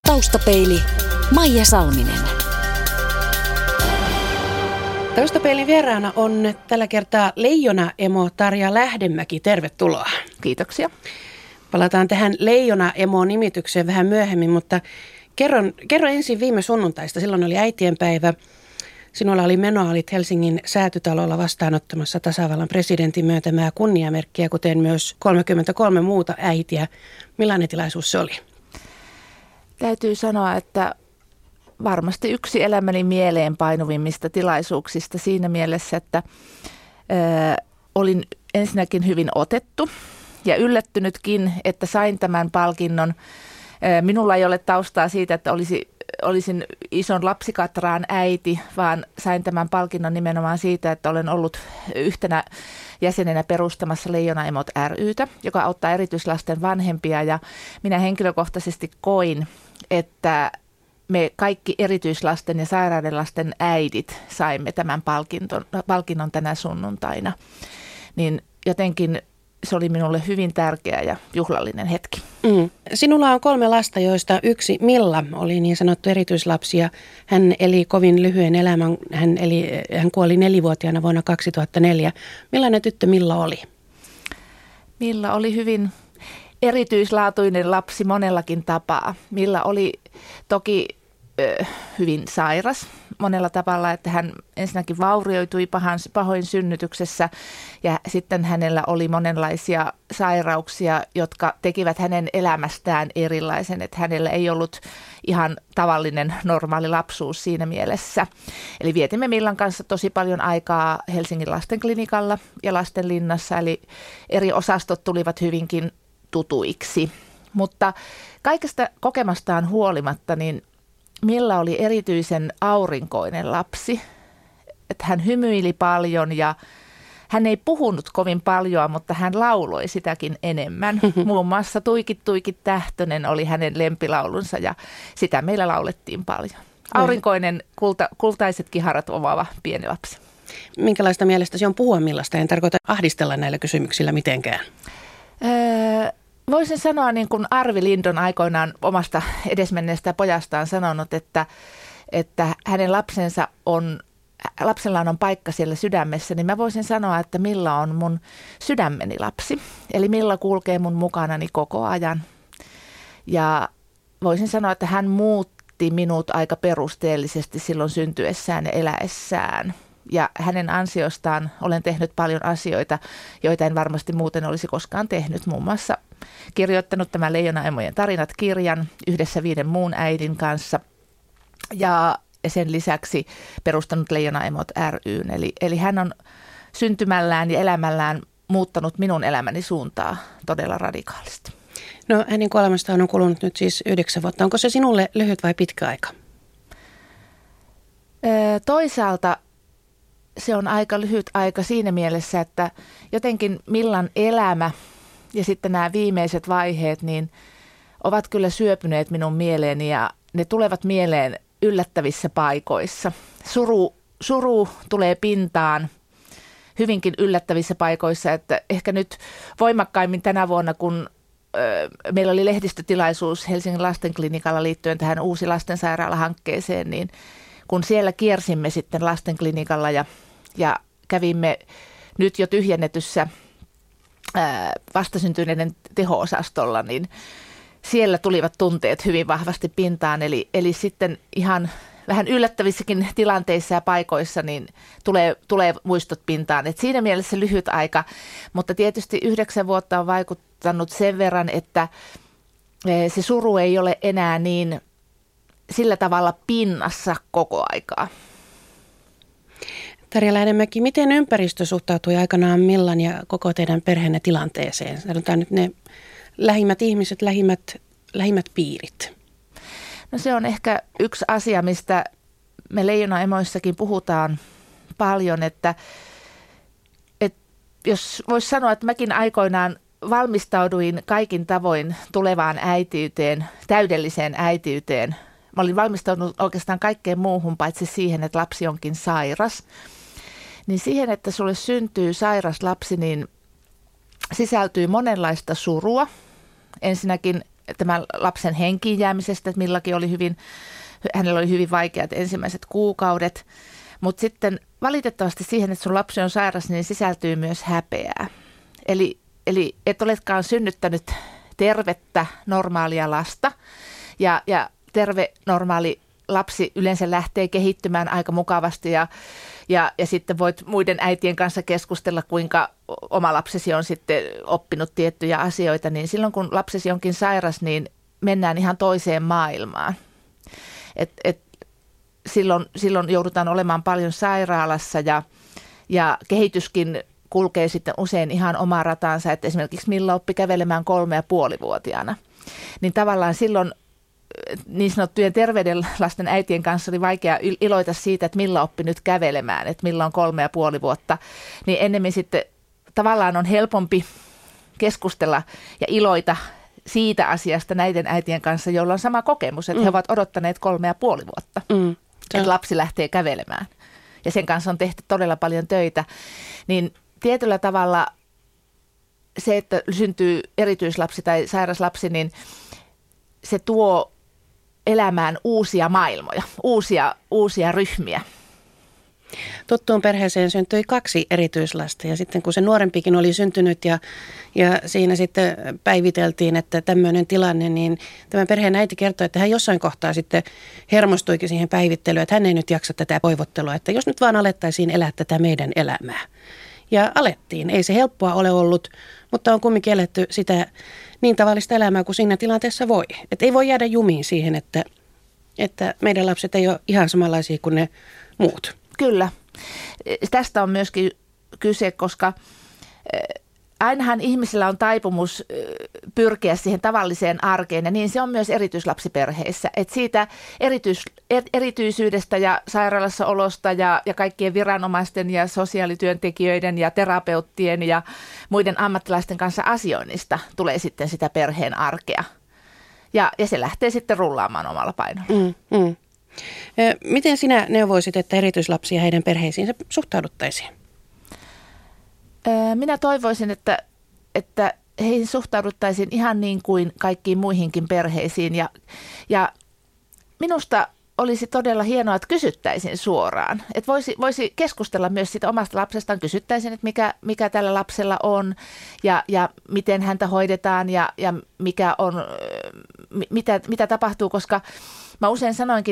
Taustapeili Maija Salminen. Taustapeilin vieraana on tällä kertaa leijona-emo Tarja Lähdemäki. Tervetuloa. Kiitoksia. Palataan tähän leijona-emo-nimitykseen vähän myöhemmin, mutta kerro ensin viime sunnuntaista. Silloin oli äitienpäivä. Sinulla oli menoa, olit Helsingin Säätytalolla vastaanottamassa tasavallan presidentin myöntämää kunniamerkkiä, kuten myös 33 muuta äitiä. Millainen tilaisuus se oli? Täytyy sanoa, että varmasti yksi elämäni mieleen painuvimmista tilaisuuksista siinä mielessä, että olin ensinnäkin hyvin otettu ja yllättynytkin, että sain tämän palkinnon. Minulla ei ole taustaa siitä, että olisin ison lapsikatraan äiti, vaan sain tämän palkinnon nimenomaan siitä, että olen ollut yhtenä jäsenenä perustamassa Leijona-emot ry:tä, joka auttaa erityislasten vanhempia, ja minä henkilökohtaisesti koin, että me kaikki erityislasten ja sairaiden lasten äidit saimme tämän palkinnon tänä sunnuntaina, niin jotenkin se oli minulle hyvin tärkeä ja juhlallinen hetki. Sinulla on 3 lasta, joista yksi Milla oli niin sanottu erityislapsi, ja hän eli kovin lyhyen elämän. Hän kuoli 4-vuotiaana vuonna 2004. Millainen tyttö Milla oli? Milla oli hyvin erityislaatuinen lapsi monellakin tapaa. Milla oli toki hyvin sairas monella tavalla, että hän ensinnäkin vaurioitui pahoin synnytyksessä, ja sitten hänellä oli monenlaisia sairauksia, jotka tekivät hänen elämästään erilaisen, että hänellä ei ollut ihan tavallinen normaali lapsuus siinä mielessä. Eli vietimme Millan kanssa tosi paljon aikaa Helsingin lastenklinikalla ja lastenlinnassa, eli eri osastot tulivat hyvinkin tutuiksi. Mutta kaikesta kokemastaan huolimatta, niin Milla oli erityisen aurinkoinen lapsi, että hän hymyili paljon ja hän ei puhunut kovin paljon, mutta hän lauloi sitäkin enemmän. Muun muassa Tuikit tuikit tähtönen oli hänen lempilaulunsa, ja sitä meillä laulettiin paljon. Aurinkoinen, kultaiset kiharat omaava pieni lapsi. Minkälaista mielestäsi on puhua Millasta? En tarkoita ahdistella näillä kysymyksillä mitenkään. Voisin sanoa, niin kuin Arvi Lindon aikoinaan omasta edesmenneestä pojastaan sanonut, että hänen lapsellaan on paikka siellä sydämessä, niin mä voisin sanoa, että Milla on mun sydämeni lapsi. Eli Milla kulkee mun mukanani koko ajan. Ja voisin sanoa, että hän muutti minut aika perusteellisesti silloin syntyessään ja eläessään. Ja hänen ansiostaan olen tehnyt paljon asioita, joita en varmasti muuten olisi koskaan tehnyt. Muun muassa kirjoittanut tämän Leijona-emojen tarinat-kirjan yhdessä 5 muun äidin kanssa. Ja sen lisäksi perustanut Leijona-emot ry:n. Eli hän on syntymällään ja elämällään muuttanut minun elämäni suuntaa todella radikaalisti. No, hänen kuolemastaan on kulunut nyt siis 9 vuotta. Onko se sinulle lyhyt vai pitkä aika? Toisaalta se on aika lyhyt aika siinä mielessä, että jotenkin Millan elämä ja sitten nämä viimeiset vaiheet niin ovat kyllä syöpyneet minun mieleeni, ja ne tulevat mieleen yllättävissä paikoissa. Suru tulee pintaan hyvinkin yllättävissä paikoissa, että ehkä nyt voimakkaimmin tänä vuonna, kun meillä oli lehdistötilaisuus Helsingin lastenklinikalla liittyen tähän Uusi lastensairaala-hankkeeseen, niin kun siellä kiersimme sitten lastenklinikalla ja kävimme nyt jo tyhjennetyssä vastasyntyneiden teho-osastolla, niin siellä tulivat tunteet hyvin vahvasti pintaan. Eli sitten ihan vähän yllättävissäkin tilanteissa ja paikoissa niin tulee muistot pintaan. Et siinä mielessä lyhyt aika, mutta tietysti 9 vuotta on vaikuttanut sen verran, että se suru ei ole enää niin sillä tavalla pinnassa koko aikaa. Tarja Lähdemäki, miten ympäristö suhtautui aikanaan Millan ja koko teidän perheenne tilanteeseen? Sanotaan nyt ne lähimmät ihmiset, lähimmät piirit. No se on ehkä yksi asia, mistä me Leijona-emoissakin puhutaan paljon, että jos voisi sanoa, että mäkin aikoinaan valmistauduin kaikin tavoin tulevaan äitiyteen, täydelliseen äitiyteen. Mä olin valmistautunut oikeastaan kaikkeen muuhun, paitsi siihen, että lapsi onkin sairas. Niin siihen, että sulle syntyy sairas lapsi, niin sisältyy monenlaista surua. Ensinnäkin tämän lapsen henkiin jäämisestä, että Millakin hänellä oli hyvin vaikeat ensimmäiset kuukaudet. Mutta sitten valitettavasti siihen, että sun lapsi on sairas, niin sisältyy myös häpeää. Eli et oletkaan synnyttänyt tervettä, normaalia lasta ja terve, normaali lapsi yleensä lähtee kehittymään aika mukavasti ja sitten voit muiden äitien kanssa keskustella, kuinka oma lapsesi on sitten oppinut tiettyjä asioita, niin silloin kun lapsesi onkin sairas, niin mennään ihan toiseen maailmaan. Silloin joudutaan olemaan paljon sairaalassa ja kehityskin kulkee sitten usein ihan omaa rataansa, että esimerkiksi Milla oppi kävelemään 3,5-vuotiaana. Niin tavallaan silloin niin sanottujen terveyden lasten äitien kanssa oli vaikea iloita siitä, että Milla oppi nyt kävelemään, että Milla on 3,5 vuotta. Niin ennemmin sitten tavallaan on helpompi keskustella ja iloita siitä asiasta näiden äitien kanssa, joilla on sama kokemus, että he ovat odottaneet 3,5 vuotta, että lapsi lähtee kävelemään. Ja sen kanssa on tehty todella paljon töitä. Niin tietyllä tavalla se, että syntyy erityislapsi tai sairas lapsi, niin se tuo elämään uusia maailmoja, uusia ryhmiä. Tuttuun perheeseen syntyi 2 erityislasta ja sitten kun se nuorempikin oli syntynyt ja siinä sitten päiviteltiin, että tämmöinen tilanne, niin tämän perheen äiti kertoi, että hän jossain kohtaa sitten hermostuikin siihen päivittelyyn, että hän ei nyt jaksa tätä voivottelua, että jos nyt vaan alettaisiin elää tätä meidän elämää. Ja alettiin. Ei se helppoa ole ollut, mutta on kumminkin eletty sitä niin tavallista elämää kuin siinä tilanteessa voi. Että ei voi jäädä jumiin siihen, että meidän lapset ei ole ihan samanlaisia kuin ne muut. Kyllä. Tästä on myöskin kyse, koska ainahan ihmisillä on taipumus pyrkiä siihen tavalliseen arkeen ja niin se on myös erityislapsiperheissä. Että siitä erityisyydestä ja sairaalassaolosta ja kaikkien viranomaisten ja sosiaalityöntekijöiden ja terapeuttien ja muiden ammattilaisten kanssa asioinnista tulee sitten sitä perheen arkea. Ja se lähtee sitten rullaamaan omalla painolla. Miten sinä neuvoisit, että erityislapsia heidän perheisiinsä suhtauduttaisiin? Minä toivoisin, että heihin suhtauduttaisiin ihan niin kuin kaikkiin muihinkin perheisiin. Ja minusta olisi todella hienoa, että kysyttäisiin suoraan. Että voisi keskustella myös siitä omasta lapsestaan. Kysyttäisiin, että mikä tällä lapsella on ja miten häntä hoidetaan ja mikä on, mitä tapahtuu. Koska mä usein sanoinkin,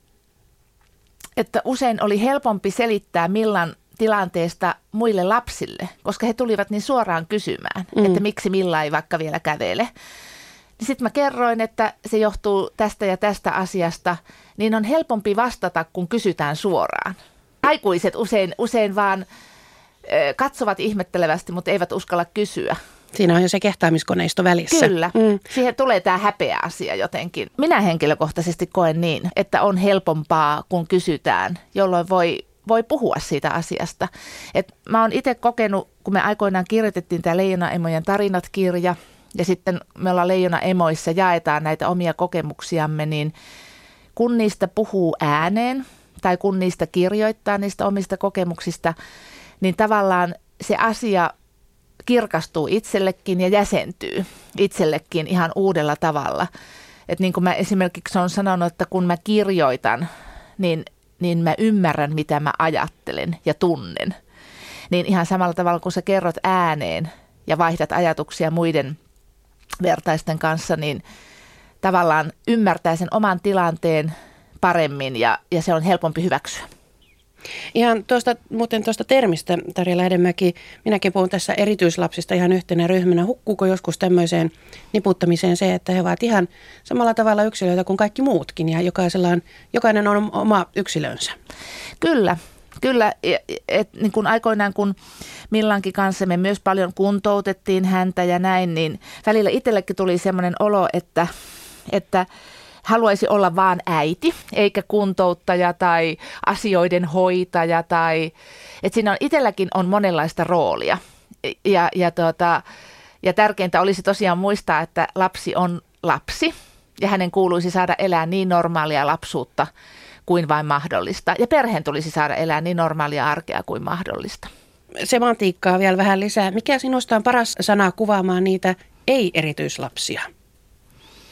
että usein oli helpompi selittää Millan tilanteesta muille lapsille, koska he tulivat niin suoraan kysymään, että miksi Milla ei vaikka vielä kävele. Sitten mä kerroin, että se johtuu tästä ja tästä asiasta, niin on helpompi vastata, kun kysytään suoraan. Aikuiset usein vaan katsovat ihmettelevästi, mutta eivät uskalla kysyä. Siinä on jo se kehtaamiskoneisto välissä. Kyllä. Siihen tulee tämä häpeä asia jotenkin. Minä henkilökohtaisesti koen niin, että on helpompaa, kun kysytään, jolloin voi puhua siitä asiasta. Et mä oon itse kokenut, kun me aikoinaan kirjoitettiin tämä Leijona-emojen tarinat-kirja, ja sitten me ollaan Leijona-emoissa, jaetaan näitä omia kokemuksiamme, niin kun niistä puhuu ääneen, tai kun niistä kirjoittaa niistä omista kokemuksista, niin tavallaan se asia kirkastuu itsellekin ja jäsentyy itsellekin ihan uudella tavalla. Et niin kuin mä esimerkiksi olen sanonut, että kun mä kirjoitan, niin mä ymmärrän, mitä mä ajattelen ja tunnen. Niin ihan samalla tavalla, kun sä kerrot ääneen ja vaihdat ajatuksia muiden vertaisten kanssa, niin tavallaan ymmärtää sen oman tilanteen paremmin ja se on helpompi hyväksyä. Ihan tuosta termistä, Tarja Lähdemäki, minäkin puhun tässä erityislapsista ihan yhtenä ryhmänä. Hukkuuko joskus tämmöiseen niputtamiseen se, että he ovat ihan samalla tavalla yksilöitä kuin kaikki muutkin ja jokainen on oma yksilönsä? Kyllä. Niin kuin aikoinaan, kun Millankin kanssa me myös paljon kuntoutettiin häntä ja näin, niin välillä itsellekin tuli semmoinen olo, että haluaisi olla vaan äiti, eikä kuntouttaja tai asioiden hoitaja. Että siinä itselläkin on monenlaista roolia. Ja tärkeintä olisi tosiaan muistaa, että lapsi on lapsi ja hänen kuuluisi saada elää niin normaalia lapsuutta kuin vain mahdollista. Ja perheen tulisi saada elää niin normaalia arkea kuin mahdollista. Semantiikkaa vielä vähän lisää. Mikä sinusta on paras sana kuvaamaan niitä ei-erityislapsia?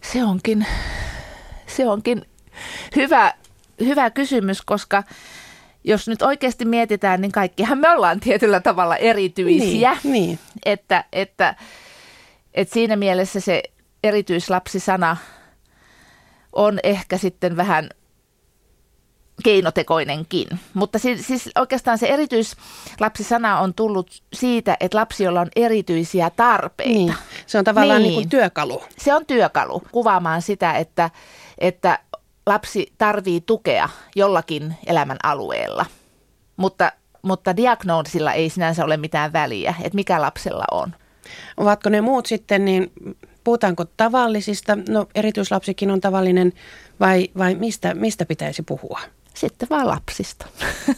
Se onkin hyvä kysymys, koska jos nyt oikeasti mietitään, niin kaikkihan me ollaan tietyllä tavalla erityisiä. Niin. Että siinä mielessä se erityislapsisana on ehkä sitten vähän keinotekoinenkin. Mutta siis oikeastaan se erityislapsisana on tullut siitä, että lapsi, jolla on erityisiä tarpeita. Niin. Se on tavallaan niin kuin työkalu. Se on työkalu kuvaamaan sitä, että lapsi tarvitsee tukea jollakin elämän alueella, mutta diagnoosilla ei sinänsä ole mitään väliä, että mikä lapsella on. Ovatko ne muut sitten, niin puhutaanko tavallisista, no erityislapsikin on tavallinen, vai mistä pitäisi puhua? Sitten vaan lapsista.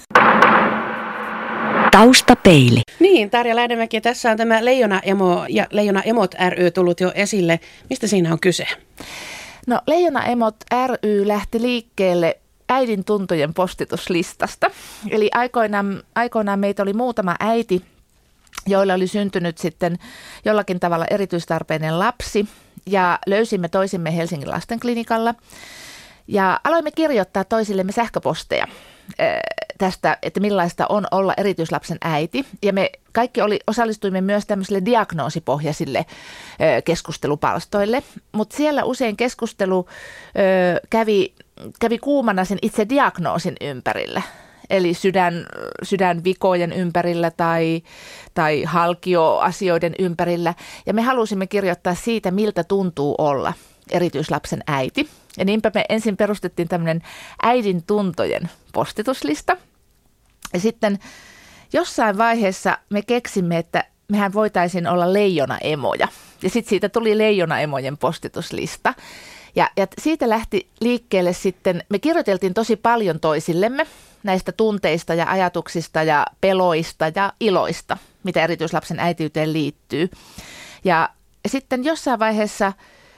Taustapeili. Niin, Tarja Lähdemäki, tässä on tämä Leijona Emo ja Leijona Emot ry tullut jo esille. Mistä siinä on kyse? No Leijona Emot ry lähti liikkeelle äidin tuntojen postituslistasta. Eli aikoinaan meitä oli muutama äiti, joilla oli syntynyt sitten jollakin tavalla erityistarpeinen lapsi ja löysimme toisimme Helsingin lastenklinikalla ja aloimme kirjoittaa toisillemme sähköposteja tästä, että millaista on olla erityislapsen äiti. Ja me kaikki osallistuimme myös tämmöisille diagnoosipohjaisille keskustelupalstoille, mutta siellä usein keskustelu kävi kuumana sen itse diagnoosin ympärillä. Eli sydänvikojen ympärillä tai halkioasioiden ympärillä. Ja me halusimme kirjoittaa siitä, miltä tuntuu olla erityislapsen äiti. Ja niinpä me ensin perustettiin tämmöinen äidin tuntojen postituslista. Ja sitten jossain vaiheessa me keksimme, että mehän voitaisiin olla leijona-emoja. Ja sitten siitä tuli leijona-emojen postituslista. Ja siitä lähti liikkeelle sitten, me kirjoiteltiin tosi paljon toisillemme näistä tunteista ja ajatuksista ja peloista ja iloista, mitä erityislapsen äitiyteen liittyy. Ja sitten jossain vaiheessa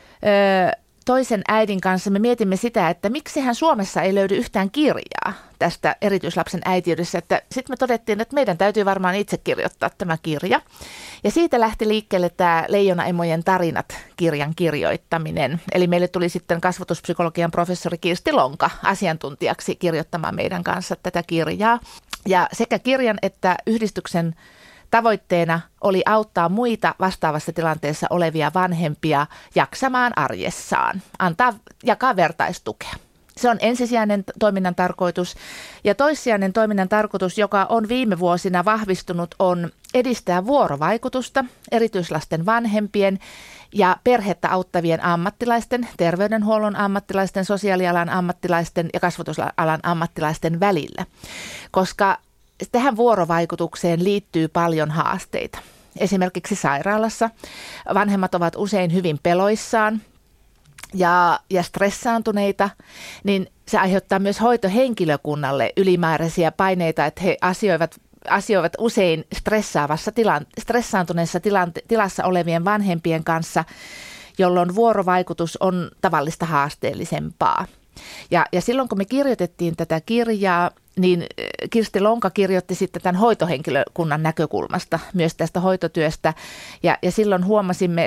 toisen äidin kanssa me mietimme sitä, että miksihän Suomessa ei löydy yhtään kirjaa tästä erityislapsen äitiydessä. Sitten me todettiin, että meidän täytyy varmaan itse kirjoittaa tämä kirja. Ja siitä lähti liikkeelle tämä Leijona-emojen tarinat -kirjan kirjoittaminen. Eli meille tuli sitten kasvatuspsykologian professori Kirsti Lonka asiantuntijaksi kirjoittamaan meidän kanssa tätä kirjaa. Ja sekä kirjan että yhdistyksen tavoitteena oli auttaa muita vastaavassa tilanteessa olevia vanhempia jaksamaan arjessaan, jakaa vertaistukea. Se on ensisijainen toiminnan tarkoitus ja toissijainen toiminnan tarkoitus, joka on viime vuosina vahvistunut, on edistää vuorovaikutusta erityislasten vanhempien ja perhettä auttavien ammattilaisten, terveydenhuollon ammattilaisten, sosiaalialan ammattilaisten ja kasvatusalan ammattilaisten välillä, koska tähän vuorovaikutukseen liittyy paljon haasteita. Esimerkiksi sairaalassa vanhemmat ovat usein hyvin peloissaan ja stressaantuneita, niin se aiheuttaa myös hoitohenkilökunnalle ylimääräisiä paineita, että he asioivat usein stressaantuneessa tilassa olevien vanhempien kanssa, jolloin vuorovaikutus on tavallista haasteellisempaa. Ja silloin kun me kirjoitettiin tätä kirjaa, niin Kirsti Lonka kirjoitti sitten tämän hoitohenkilökunnan näkökulmasta myös tästä hoitotyöstä. Ja silloin huomasimme,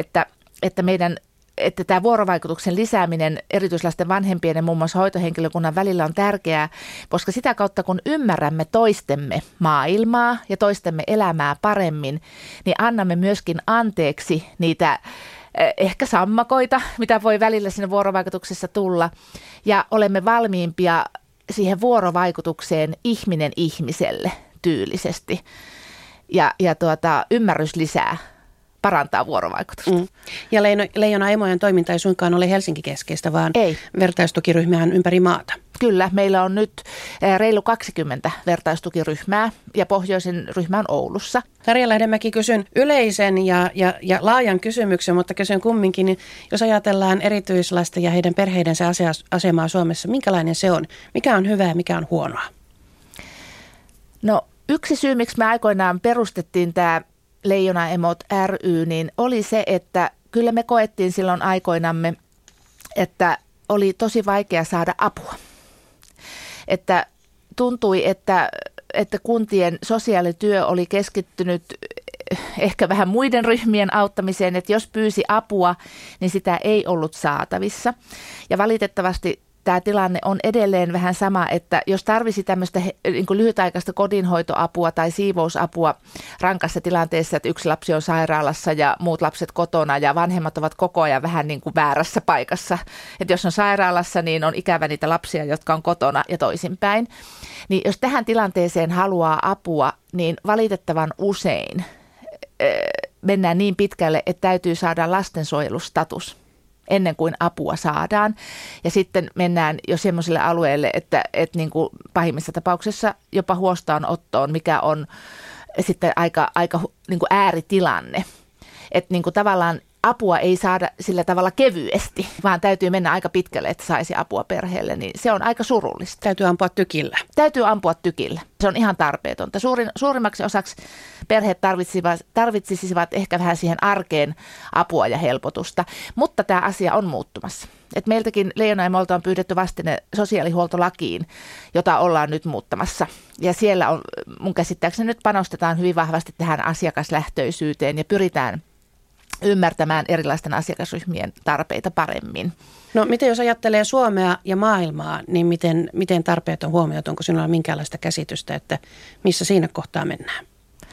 että tämä vuorovaikutuksen lisääminen erityislasten vanhempien ja muun muassa hoitohenkilökunnan välillä on tärkeää, koska sitä kautta kun ymmärrämme toistemme maailmaa ja toistemme elämää paremmin, niin annamme myöskin anteeksi niitä ehkä sammakoita, mitä voi välillä siinä vuorovaikutuksessa tulla, ja olemme valmiimpia siihen vuorovaikutukseen ihminen ihmiselle tyylisesti. Ja ymmärrys lisää, parantaa vuorovaikutusta. Ja Leijona-emojen toiminta ei suinkaan ole Helsinki-keskeistä, vaan vertaistukiryhmiä on ympäri maata. Kyllä, meillä on nyt reilu 20 vertaistukiryhmää ja pohjoisin ryhmä on Oulussa. Tarja Lähdemäki, kysyn yleisen ja laajan kysymyksen, mutta kysyn kumminkin, niin jos ajatellaan erityislasten ja heidän perheidensä asemaa Suomessa, minkälainen se on? Mikä on hyvää ja mikä on huonoa? No yksi syy, miksi me aikoinaan perustettiin tämä Leijona Emot ry, niin oli se, että kyllä me koettiin silloin aikoinamme, että oli tosi vaikea saada apua. Että tuntui, että kuntien sosiaalityö oli keskittynyt ehkä vähän muiden ryhmien auttamiseen, että jos pyysi apua, niin sitä ei ollut saatavissa. Ja valitettavasti tämä tilanne on edelleen vähän sama, että jos tarvisi tämmöistä niin kuin lyhytaikaista kodinhoitoapua tai siivousapua rankassa tilanteessa, että yksi lapsi on sairaalassa ja muut lapset kotona ja vanhemmat ovat koko ajan vähän niin kuin väärässä paikassa. Että jos on sairaalassa, niin on ikävä niitä lapsia, jotka on kotona ja toisinpäin. Niin jos tähän tilanteeseen haluaa apua, niin valitettavan usein mennään niin pitkälle, että täytyy saada lastensuojelustatus ennen kuin apua saadaan. Ja sitten mennään jo semmoiselle alueelle, että niin kuin pahimmissa tapauksessa jopa huostaanottoon, mikä on sitten aika niin kuin ääritilanne. Että niin kuin tavallaan apua ei saada sillä tavalla kevyesti, vaan täytyy mennä aika pitkälle, että saisi apua perheelle, niin se on aika surullista. Täytyy ampua tykillä. Täytyy ampua tykillä. Se on ihan tarpeetonta. Suurimmaksi osaksi perheet tarvitsisivat ehkä vähän siihen arkeen apua ja helpotusta, mutta tämä asia on muuttumassa. Et meiltäkin Leijona-Emolta on pyydetty vastine sosiaalihuoltolakiin, jota ollaan nyt muuttamassa. Ja siellä on, mun käsittääkseni nyt panostetaan hyvin vahvasti tähän asiakaslähtöisyyteen ja pyritään ymmärtämään erilaisten asiakasryhmien tarpeita paremmin. No miten jos ajattelee Suomea ja maailmaa, niin miten tarpeet on huomioitu? Onko sinulla minkäänlaista käsitystä, että missä siinä kohtaa mennään?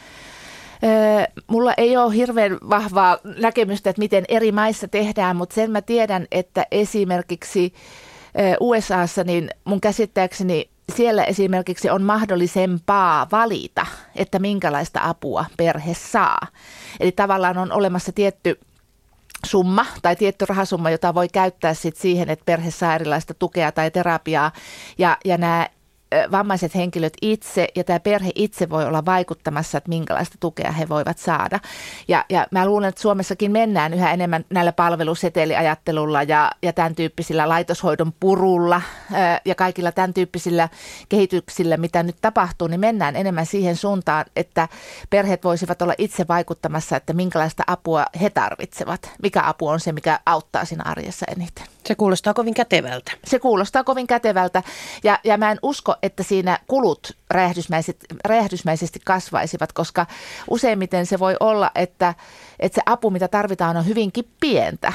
Mulla ei ole hirveän vahvaa näkemystä, että miten eri maissa tehdään, mutta sen mä tiedän, että esimerkiksi USAssa, niin mun käsittääkseni siellä esimerkiksi on mahdollisempaa valita, että minkälaista apua perhe saa. Eli tavallaan on olemassa tietty summa tai tietty rahasumma, jota voi käyttää sit siihen, että perhe saa erilaista tukea tai terapiaa. Ja nämä vammaiset henkilöt itse ja tämä perhe itse voi olla vaikuttamassa, että minkälaista tukea he voivat saada. Ja mä luulen, että Suomessakin mennään yhä enemmän näillä palveluseteliajattelulla ja tämän tyyppisillä laitoshoidon purulla ja kaikilla tämän tyyppisillä kehityksillä, mitä nyt tapahtuu, niin mennään enemmän siihen suuntaan, että perheet voisivat olla itse vaikuttamassa, että minkälaista apua he tarvitsevat. Mikä apu on se, mikä auttaa siinä arjessa eniten. Se kuulostaa kovin kätevältä. Se kuulostaa kovin kätevältä ja mä en usko, että siinä kulut räjähdysmäisesti kasvaisivat, koska useimmiten se voi olla, että se apu, mitä tarvitaan, on hyvinkin pientä.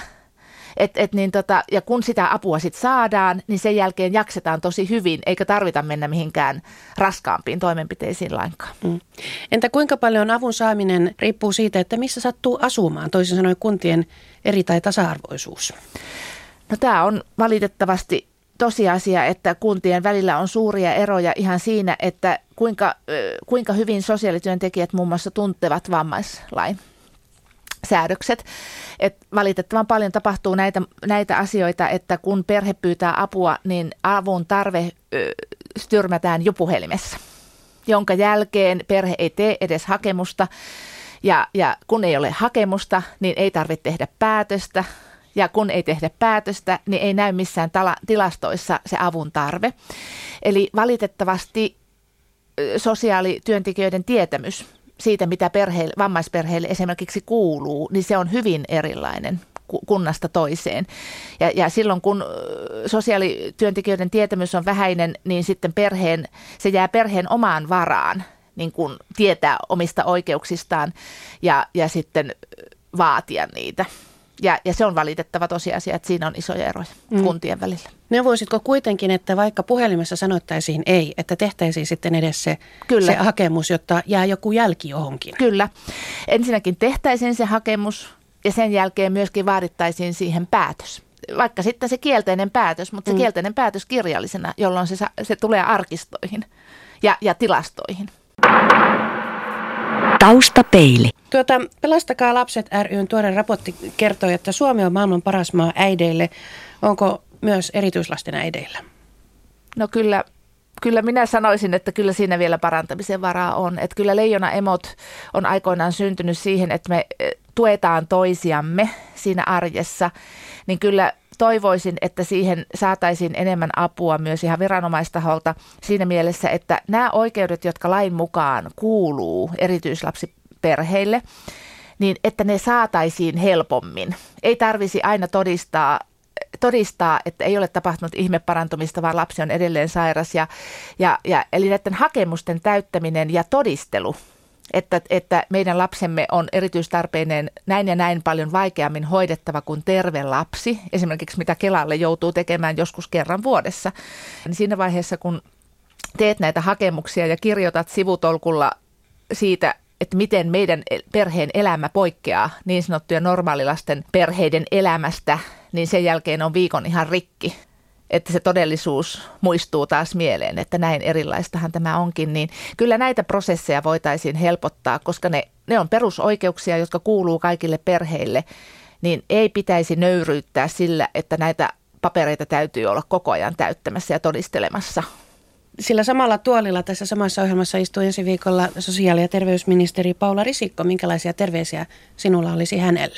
Ja kun sitä apua sitten saadaan, niin sen jälkeen jaksetaan tosi hyvin, eikä tarvita mennä mihinkään raskaampiin toimenpiteisiin lainkaan. Entä kuinka paljon avun saaminen riippuu siitä, että missä sattuu asumaan, toisin sanoen kuntien eri- tai tasa-arvoisuus? No tämä on valitettavasti tosiasia, että kuntien välillä on suuria eroja ihan siinä, että kuinka hyvin sosiaalityöntekijät muun muassa tuntevat vammaislain säädökset. Et valitettavan paljon tapahtuu näitä asioita, että kun perhe pyytää apua, niin avun tarve tyrmätään jo puhelimessa, jonka jälkeen perhe ei tee edes hakemusta. Ja kun ei ole hakemusta, niin ei tarvitse tehdä päätöstä. Ja kun ei tehdä päätöstä, niin ei näy missään tilastoissa se avun tarve. Eli valitettavasti sosiaalityöntekijöiden tietämys siitä, mitä vammaisperheille esimerkiksi kuuluu, niin se on hyvin erilainen kunnasta toiseen. Ja silloin kun sosiaalityöntekijöiden tietämys on vähäinen, niin sitten se jää perheen omaan varaan, niin kun tietää omista oikeuksistaan ja sitten vaatia niitä. Ja se on valitettava tosiasia, että siinä on isoja eroja kuntien välillä. Neuvoisitko kuitenkin, että vaikka puhelimessa sanottaisiin ei, että tehtäisiin sitten edes se hakemus, jotta jää joku jälki johonkin? Kyllä. Ensinnäkin tehtäisiin se hakemus ja sen jälkeen myöskin vaadittaisiin siihen päätös. Vaikka sitten se kielteinen päätös, mutta se kielteinen päätös kirjallisena, jolloin se tulee arkistoihin ja tilastoihin. Taustapeili. Pelastakaa lapset ry:n tuore raportti kertoo, että Suomi on maailman paras maa äideille. Onko myös erityislasten äideillä? No kyllä minä sanoisin, että kyllä siinä vielä parantamisen varaa on. Että kyllä Leijona-emot on aikoinaan syntynyt siihen, että me tuetaan toisiamme siinä arjessa. Niin kyllä toivoisin, että siihen saataisiin enemmän apua myös ihan viranomaistaholta siinä mielessä, että nämä oikeudet, jotka lain mukaan kuuluu erityislapsiperheille, niin että ne saataisiin helpommin. Ei tarvisi aina todistaa, että ei ole tapahtunut ihmeparantumista, vaan lapsi on edelleen sairas. Eli näiden hakemusten täyttäminen ja todistelu että meidän lapsemme on erityistarpeinen näin ja näin paljon vaikeammin hoidettava kuin terve lapsi, esimerkiksi mitä Kelalle joutuu tekemään joskus kerran vuodessa. Niin siinä vaiheessa, kun teet näitä hakemuksia ja kirjoitat sivutolkulla siitä, että miten meidän perheen elämä poikkeaa niin sanottuja normaalilasten perheiden elämästä, niin sen jälkeen on viikon ihan rikki. Että se todellisuus muistuu taas mieleen, että näin erilaistahan tämä onkin, niin kyllä näitä prosesseja voitaisiin helpottaa, koska ne on perusoikeuksia, jotka kuuluu kaikille perheille, niin ei pitäisi nöyryyttää sillä, että näitä papereita täytyy olla koko ajan täyttämässä ja todistelemassa. Sillä samalla tuolilla tässä samassa ohjelmassa istuu ensi viikolla sosiaali- ja terveysministeri Paula Risikko. Minkälaisia terveisiä sinulla olisi hänelle?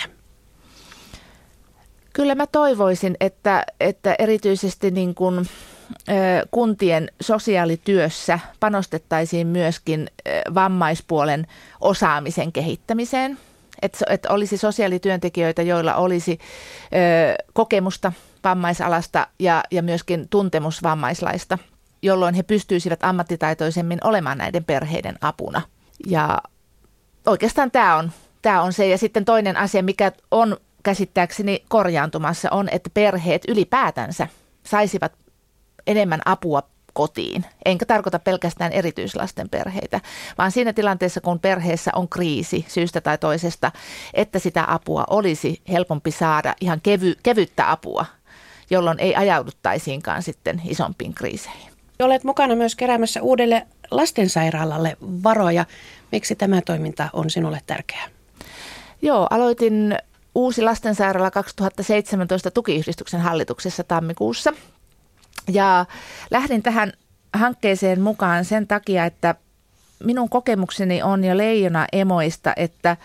Kyllä mä toivoisin, että erityisesti niin kuin kuntien sosiaalityössä panostettaisiin myöskin vammaispuolen osaamisen kehittämiseen. Että olisi sosiaalityöntekijöitä, joilla olisi kokemusta vammaisalasta ja myöskin tuntemus vammaislaista, jolloin he pystyisivät ammattitaitoisemmin olemaan näiden perheiden apuna. Ja oikeastaan tämä on se. Ja sitten toinen asia, mikä on käsittääkseni korjaantumassa, on, että perheet ylipäätänsä saisivat enemmän apua kotiin. Enkä tarkoita pelkästään erityislasten perheitä, vaan siinä tilanteessa, kun perheessä on kriisi syystä tai toisesta, että sitä apua olisi helpompi saada, ihan kevyttä apua, jolloin ei ajauduttaisiinkaan sitten isompiin kriiseihin. Olet mukana myös keräämässä uudelle lastensairaalalle varoja. Miksi tämä toiminta on sinulle tärkeää? Joo, aloitin Uusi lastensairaala 2017 tukiyhdistyksen hallituksessa tammikuussa. Ja lähdin tähän hankkeeseen mukaan sen takia, että minun kokemukseni on jo leijona-emoista, että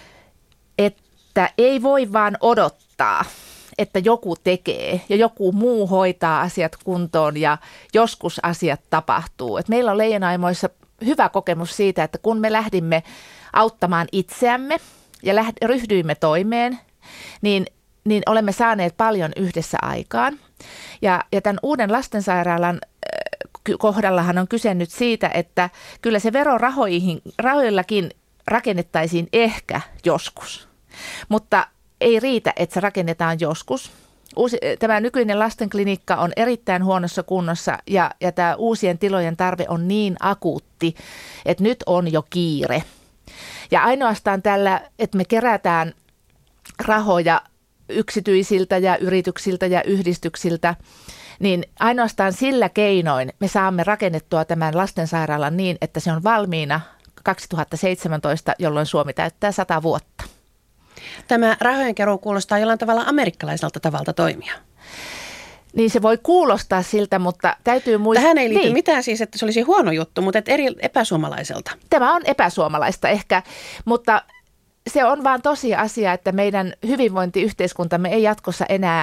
ei voi vaan odottaa, että joku tekee ja joku muu hoitaa asiat kuntoon ja joskus asiat tapahtuu. Et meillä on leijona-emoissa hyvä kokemus siitä, että kun me lähdimme auttamaan itseämme ja ryhdyimme toimeen, niin olemme saaneet paljon yhdessä aikaan. Ja tämän uuden lastensairaalan kohdallahan on kyse nyt siitä, että kyllä se verorahoillakin rakennettaisiin ehkä joskus, mutta ei riitä, että se rakennetaan joskus. Tämä nykyinen lastenklinikka on erittäin huonossa kunnossa ja tämä uusien tilojen tarve on niin akuutti, että nyt on jo kiire. Ja ainoastaan tällä, että me kerätään rahoja yksityisiltä ja yrityksiltä ja yhdistyksiltä, niin ainoastaan sillä keinoin me saamme rakennettua tämän lastensairaalan niin, että se on valmiina 2017, jolloin Suomi täyttää 100 vuotta. Tämä rahojenkeruu kuulostaa jollain tavalla amerikkalaiselta tavalta toimia. Niin se voi kuulostaa siltä, mutta täytyy muistaa. Tähän ei liity mitään siis, että se olisi huono juttu, mutta epäsuomalaiselta. Tämä on epäsuomalaista ehkä, mutta se on vaan tosiasia, että meidän hyvinvointiyhteiskuntamme ei jatkossa enää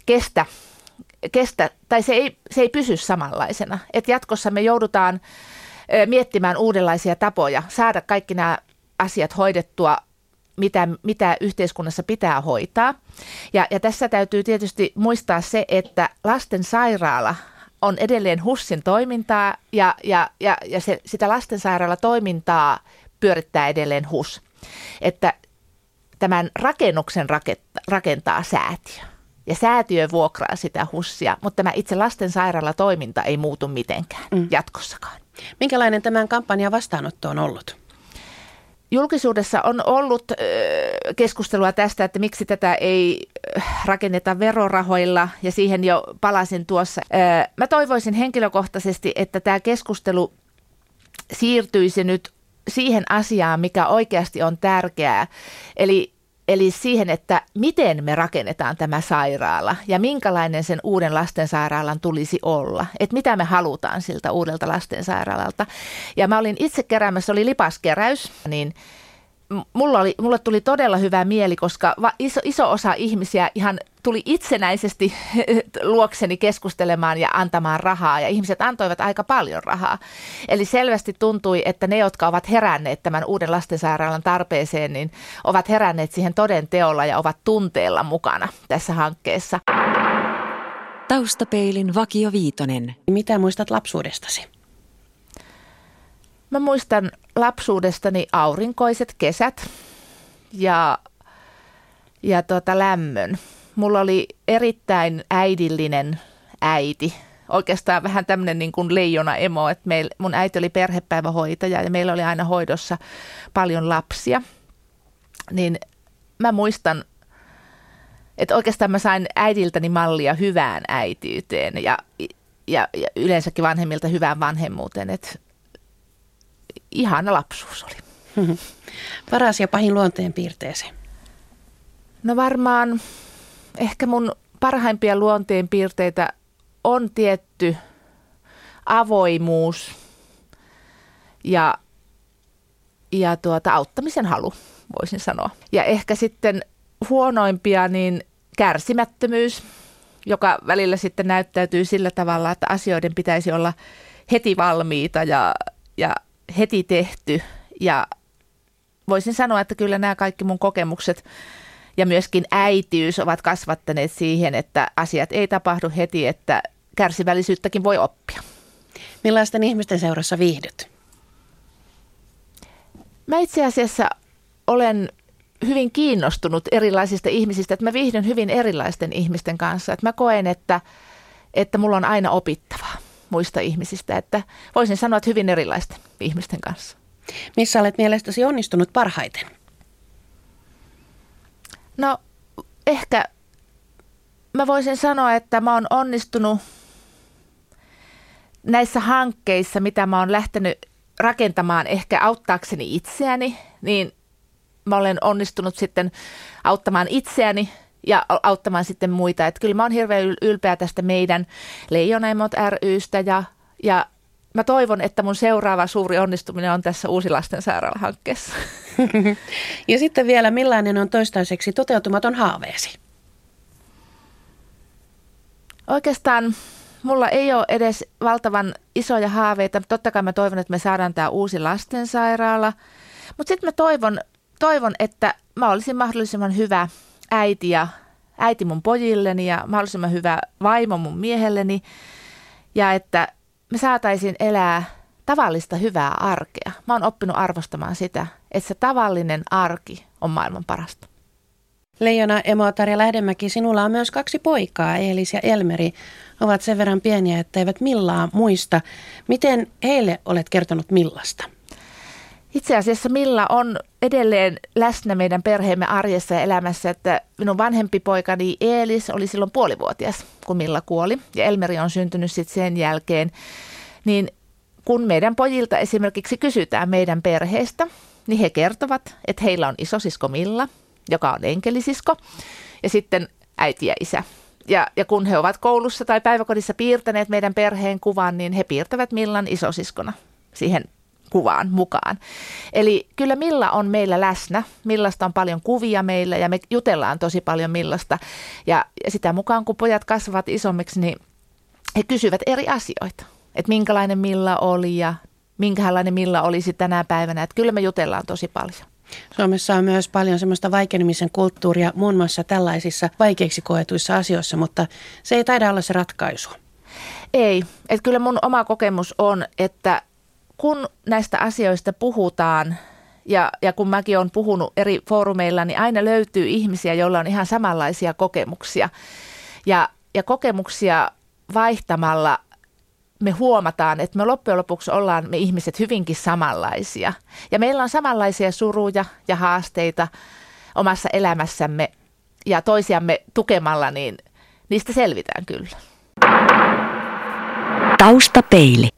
kestä tai se ei pysy samanlaisena. Että jatkossa me joudutaan miettimään uudenlaisia tapoja saada kaikki nämä asiat hoidettua, mitä yhteiskunnassa pitää hoitaa. Ja tässä täytyy tietysti muistaa se, että lastensairaala on edelleen HUSin toimintaa ja sitä lastensairaalatoimintaa pyörittää edelleen HUS. Että tämän rakennuksen rakentaa säätiö ja säätiö vuokraa sitä HUSia, mutta tämä itse lastensairaalatoiminta ei muutu mitenkään jatkossakaan. Minkälainen tämän kampanjan vastaanotto on ollut? Julkisuudessa on ollut keskustelua tästä, että miksi tätä ei rakenneta verorahoilla ja siihen jo palasin tuossa. Mä toivoisin henkilökohtaisesti, että tämä keskustelu siirtyisi nyt siihen asiaan, mikä oikeasti on tärkeää, eli siihen, että miten me rakennetaan tämä sairaala ja minkälainen sen uuden lastensairaalan tulisi olla, että mitä me halutaan siltä uudelta lastensairaalalta. Ja mä olin itse keräämässä, oli lipaskeräys, niin mulle tuli todella hyvä mieli, koska iso osa ihmisiä ihan tuli itsenäisesti luokseni keskustelemaan ja antamaan rahaa, ja ihmiset antoivat aika paljon rahaa. Eli selvästi tuntui, että ne, jotka ovat heränneet tämän uuden lastensairaalan tarpeeseen, niin ovat heränneet siihen toden teolla ja ovat tunteella mukana tässä hankkeessa. Taustapeilin Vakio Viitonen. Mitä muistat lapsuudestasi? Mä muistan lapsuudestani aurinkoiset kesät ja lämmön. Mulla oli erittäin äidillinen äiti. Oikeastaan vähän tämmöinen niin kuin leijona-emo, että mun äiti oli perhepäivähoitaja ja meillä oli aina hoidossa paljon lapsia. Niin mä muistan, että oikeastaan mä sain äidiltäni mallia hyvään äitiyteen ja yleensäkin vanhemmilta hyvään vanhemmuuteen. Että ihana lapsuus oli. Paras ja pahin luonteenpiirteesi? No varmaan ehkä mun parhaimpia luonteenpiirteitä on tietty avoimuus ja auttamisen halu, voisin sanoa. Ja ehkä sitten huonoimpia niin kärsimättömyys, joka välillä sitten näyttäytyy sillä tavalla, että asioiden pitäisi olla heti valmiita ja heti tehty. Ja voisin sanoa, että kyllä nämä kaikki mun kokemukset ja myöskin äitiys ovat kasvattaneet siihen, että asiat ei tapahdu heti, että kärsivällisyyttäkin voi oppia. Millaisten ihmisten seurassa viihdyt? Mä itse asiassa olen hyvin kiinnostunut erilaisista ihmisistä, että mä viihdyn hyvin erilaisten ihmisten kanssa. Että mä koen, että mulla on aina opittavaa muista ihmisistä, että voisin sanoa, että hyvin erilaisten ihmisten kanssa. Missä olet mielestäsi onnistunut parhaiten? No ehkä mä voisin sanoa, että mä oon onnistunut näissä hankkeissa, mitä mä oon lähtenyt rakentamaan ehkä auttaakseni itseäni, niin mä olen onnistunut sitten auttamaan itseäni ja auttamaan sitten muita. Että kyllä mä oon hirveän ylpeä tästä meidän Leijonaemot ry:stä ja mä toivon, että mun seuraava suuri onnistuminen on tässä Uusi lastensairaala-hankkeessa. Ja sitten vielä, millainen on toistaiseksi toteutumaton haaveesi? Oikeastaan mulla ei ole edes valtavan isoja haaveita. Totta kai mä toivon, että me saadaan tämä Uusi lastensairaala. Mutta sitten mä toivon, että mä olisin mahdollisimman hyvä äiti mun pojilleni ja mahdollisimman hyvä vaimo mun miehelleni. Ja että me saataisiin elää tavallista hyvää arkea. Mä oon oppinut arvostamaan sitä, että se tavallinen arki on maailman parasta. Leijona-emo Tarja Lähdemäki, sinulla on myös 2 poikaa, Eelis ja Elmeri. Ovat sen verran pieniä, että eivät Millaa muista. Miten heille olet kertonut Millasta? Itse asiassa Milla on edelleen läsnä meidän perheemme arjessa ja elämässä, että minun vanhempi poikani Eelis oli silloin 5,5-vuotias, kun Milla kuoli ja Elmeri on syntynyt sitten sen jälkeen. Niin kun meidän pojilta esimerkiksi kysytään meidän perheestä, niin he kertovat, että heillä on isosisko Milla, joka on enkelisisko, ja sitten äiti ja isä. Ja kun he ovat koulussa tai päiväkodissa piirtäneet meidän perheen kuvan, niin he piirtävät Millan isosiskona siihen kuvaan mukaan. Eli kyllä Milla on meillä läsnä. Millasta on paljon kuvia meillä ja me jutellaan tosi paljon Millasta. Ja sitä mukaan, kun pojat kasvavat isommiksi, niin he kysyvät eri asioita. Että minkälainen Milla oli ja minkälainen Milla olisi tänä päivänä. Että kyllä me jutellaan tosi paljon. Suomessa on myös paljon semmoista vaikenemisen kulttuuria muun muassa tällaisissa vaikeiksi koetuissa asioissa, mutta se ei taida olla se ratkaisu. Ei. Että kyllä mun oma kokemus on, että kun näistä asioista puhutaan ja kun mäkin olen puhunut eri foorumeilla, niin aina löytyy ihmisiä, joilla on ihan samanlaisia kokemuksia. Ja kokemuksia vaihtamalla me huomataan, että me loppujen lopuksi ollaan me ihmiset hyvinkin samanlaisia. Ja meillä on samanlaisia suruja ja haasteita omassa elämässämme ja toisiamme tukemalla, niin niistä selvitään kyllä. Taustapeili.